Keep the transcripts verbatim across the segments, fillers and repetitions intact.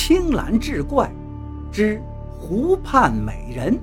青蓝志怪之湖畔美人。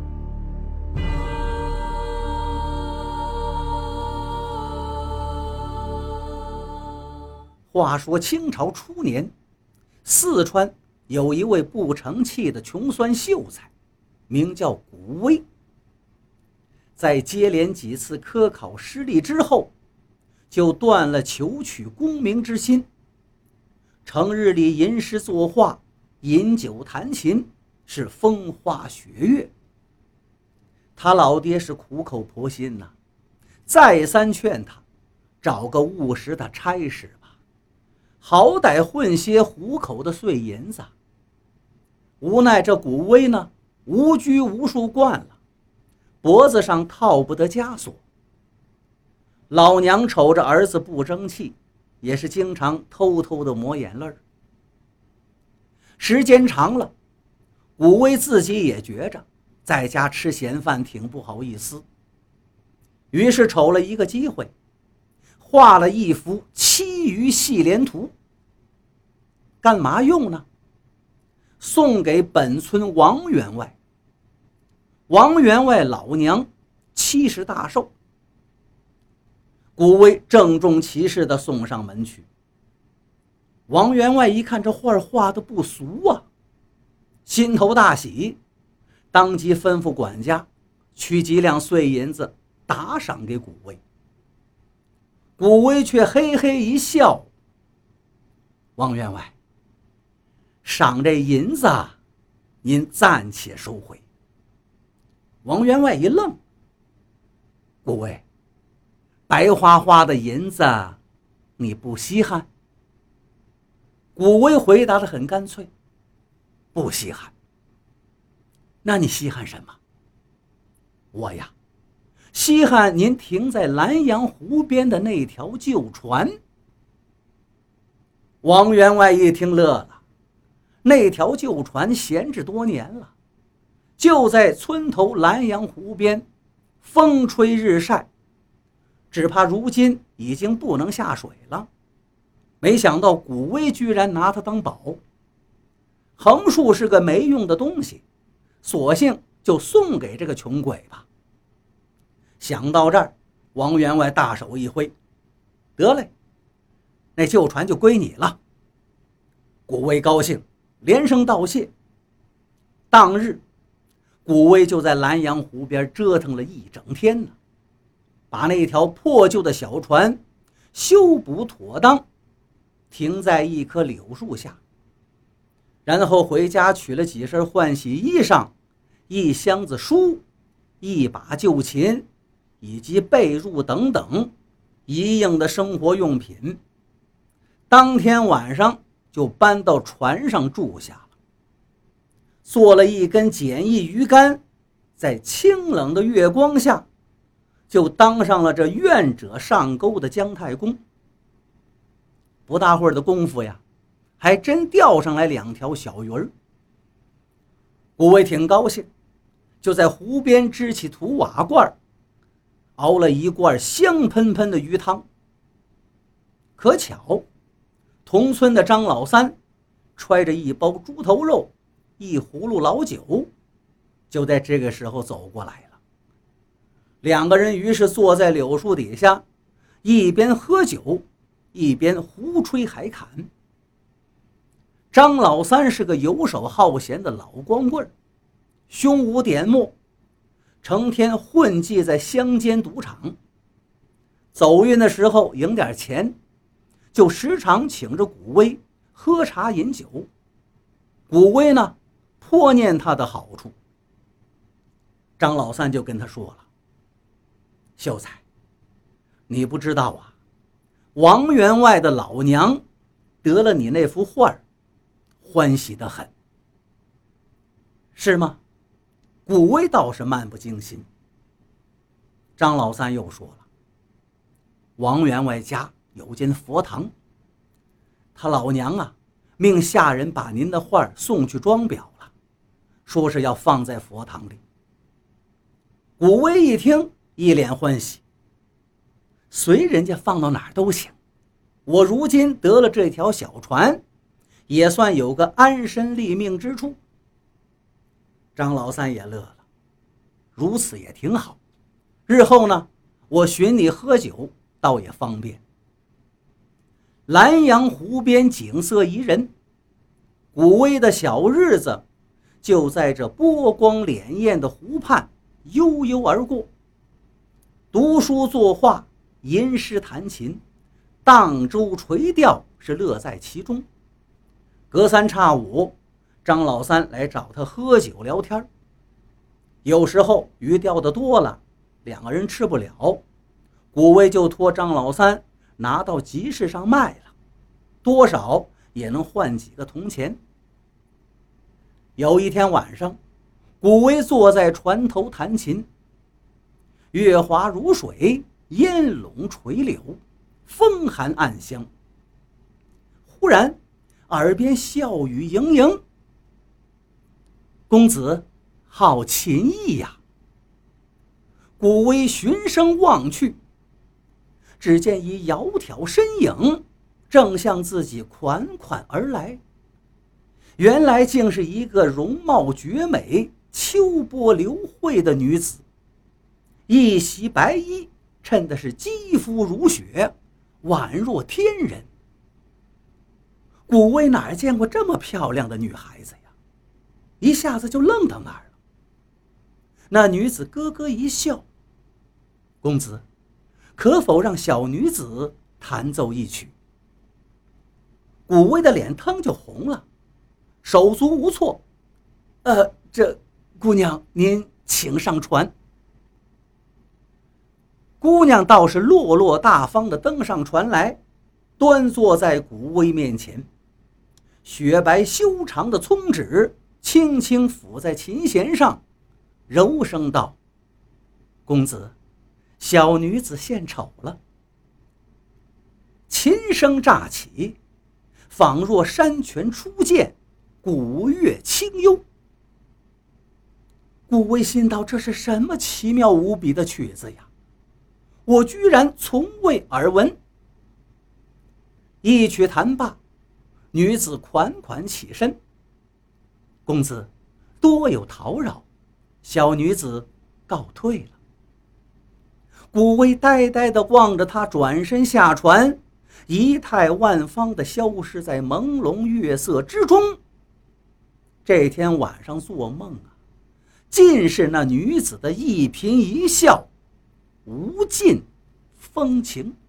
话说清朝初年，四川有一位不成器的穷酸秀才，名叫古威。在接连几次科考失利之后，就断了求取功名之心，成日里吟诗作画，饮酒弹琴，是风花雪月。他老爹是苦口婆心呐、啊，再三劝他找个务实的差事吧，好歹混些糊口的碎银子。无奈这古威呢，无拘无束惯了，脖子上套不得枷锁。老娘瞅着儿子不争气，也是经常偷偷的抹眼泪。时间长了，古威自己也觉着在家吃闲饭挺不好意思，于是瞅了一个机会，画了一幅七鱼戏莲图。干嘛用呢？送给本村王员外。王员外老娘七十大寿，古威郑重其事地送上门去。王员外一看这画画得不俗啊，心头大喜，当即吩咐管家取几两碎银子打赏给古威。古威却嘿嘿一笑：王员外，赏这银子您暂且收回。王员外一愣：古威，白花花的银子你不稀罕？古威回答得很干脆：不稀罕。那你稀罕什么？我呀，稀罕您停在兰阳湖边的那条旧船。王员外一听乐了，那条旧船闲置多年了，就在村头兰阳湖边，风吹日晒，只怕如今已经不能下水了。没想到古威居然拿它当宝，横竖是个没用的东西，索性就送给这个穷鬼吧。想到这儿，王员外大手一挥：得嘞，那旧船就归你了。古威高兴，连声道谢。当日古威就在兰阳湖边折腾了一整天呢，把那条破旧的小船修补妥当，停在一棵柳树下，然后回家取了几身换洗衣裳，一箱子书，一把旧琴，以及被褥等等一应的生活用品。当天晚上就搬到船上住下了，做了一根简易鱼竿，在清冷的月光下就当上了这愿者上钩的姜太公。不大会儿的功夫呀，还真钓上来两条小鱼儿。古威挺高兴，就在湖边支起土瓦罐，熬了一罐香喷喷的鱼汤。可巧同村的张老三揣着一包猪头肉，一葫芦老酒，就在这个时候走过来了。两个人于是坐在柳树底下，一边喝酒一边胡吹海侃。张老三是个游手好闲的老光棍，胸无点墨，成天混迹在乡间赌场，走运的时候赢点钱，就时常请着古威喝茶饮酒。古威呢，颇念他的好处。张老三就跟他说了：秀才，你不知道啊，王员外的老娘得了你那幅画，欢喜得很。是吗？古威倒是漫不经心。张老三又说了：王员外家有间佛堂，他老娘啊命下人把您的画送去装裱了，说是要放在佛堂里。古威一听一脸欢喜：随人家放到哪儿都行，我如今得了这条小船， 也算有个安身立命之处。张老三也乐了，如此也挺好，日后呢，我寻你喝酒倒也方便。兰阳湖边景色宜人，古威的小日子就在这波光潋滟的湖畔悠悠而过。读书作画，吟诗弹琴，荡舟垂钓，是乐在其中。隔三差五，张老三来找他喝酒聊天，有时候鱼钓的多了，两个人吃不了，古威就托张老三拿到集市上卖了，多少也能换几个铜钱。有一天晚上，古威坐在船头弹琴，月华如水，烟笼垂柳，风寒暗香。忽然耳边笑语盈盈：“公子好琴艺呀！”古威循声望去，只见一窈窕身影正向自己款款而来，原来竟是一个容貌绝美、秋波流慧的女子，一袭白衣，衬的是肌肤如雪，宛若天人。古威哪见过这么漂亮的女孩子呀，一下子就愣到那儿了。那女子咯咯一笑：“公子，可否让小女子弹奏一曲？”古威的脸腾就红了，手足无措：“呃，这姑娘您请上船。”姑娘倒是落落大方地登上船来，端坐在古威面前，雪白修长的葱指轻轻抚在琴弦上，柔声道：“公子，小女子献丑了。”琴声乍起，仿若山泉初见，古乐清幽。古威心道：这是什么奇妙无比的曲子呀，我居然从未耳闻。一曲弹罢，女子款款起身：“公子多有叨扰，小女子告退了。”古威呆呆地望着他转身下船，仪态万方地消失在朦胧月色之中。这天晚上做梦啊，尽是那女子的一颦一笑，无尽风情。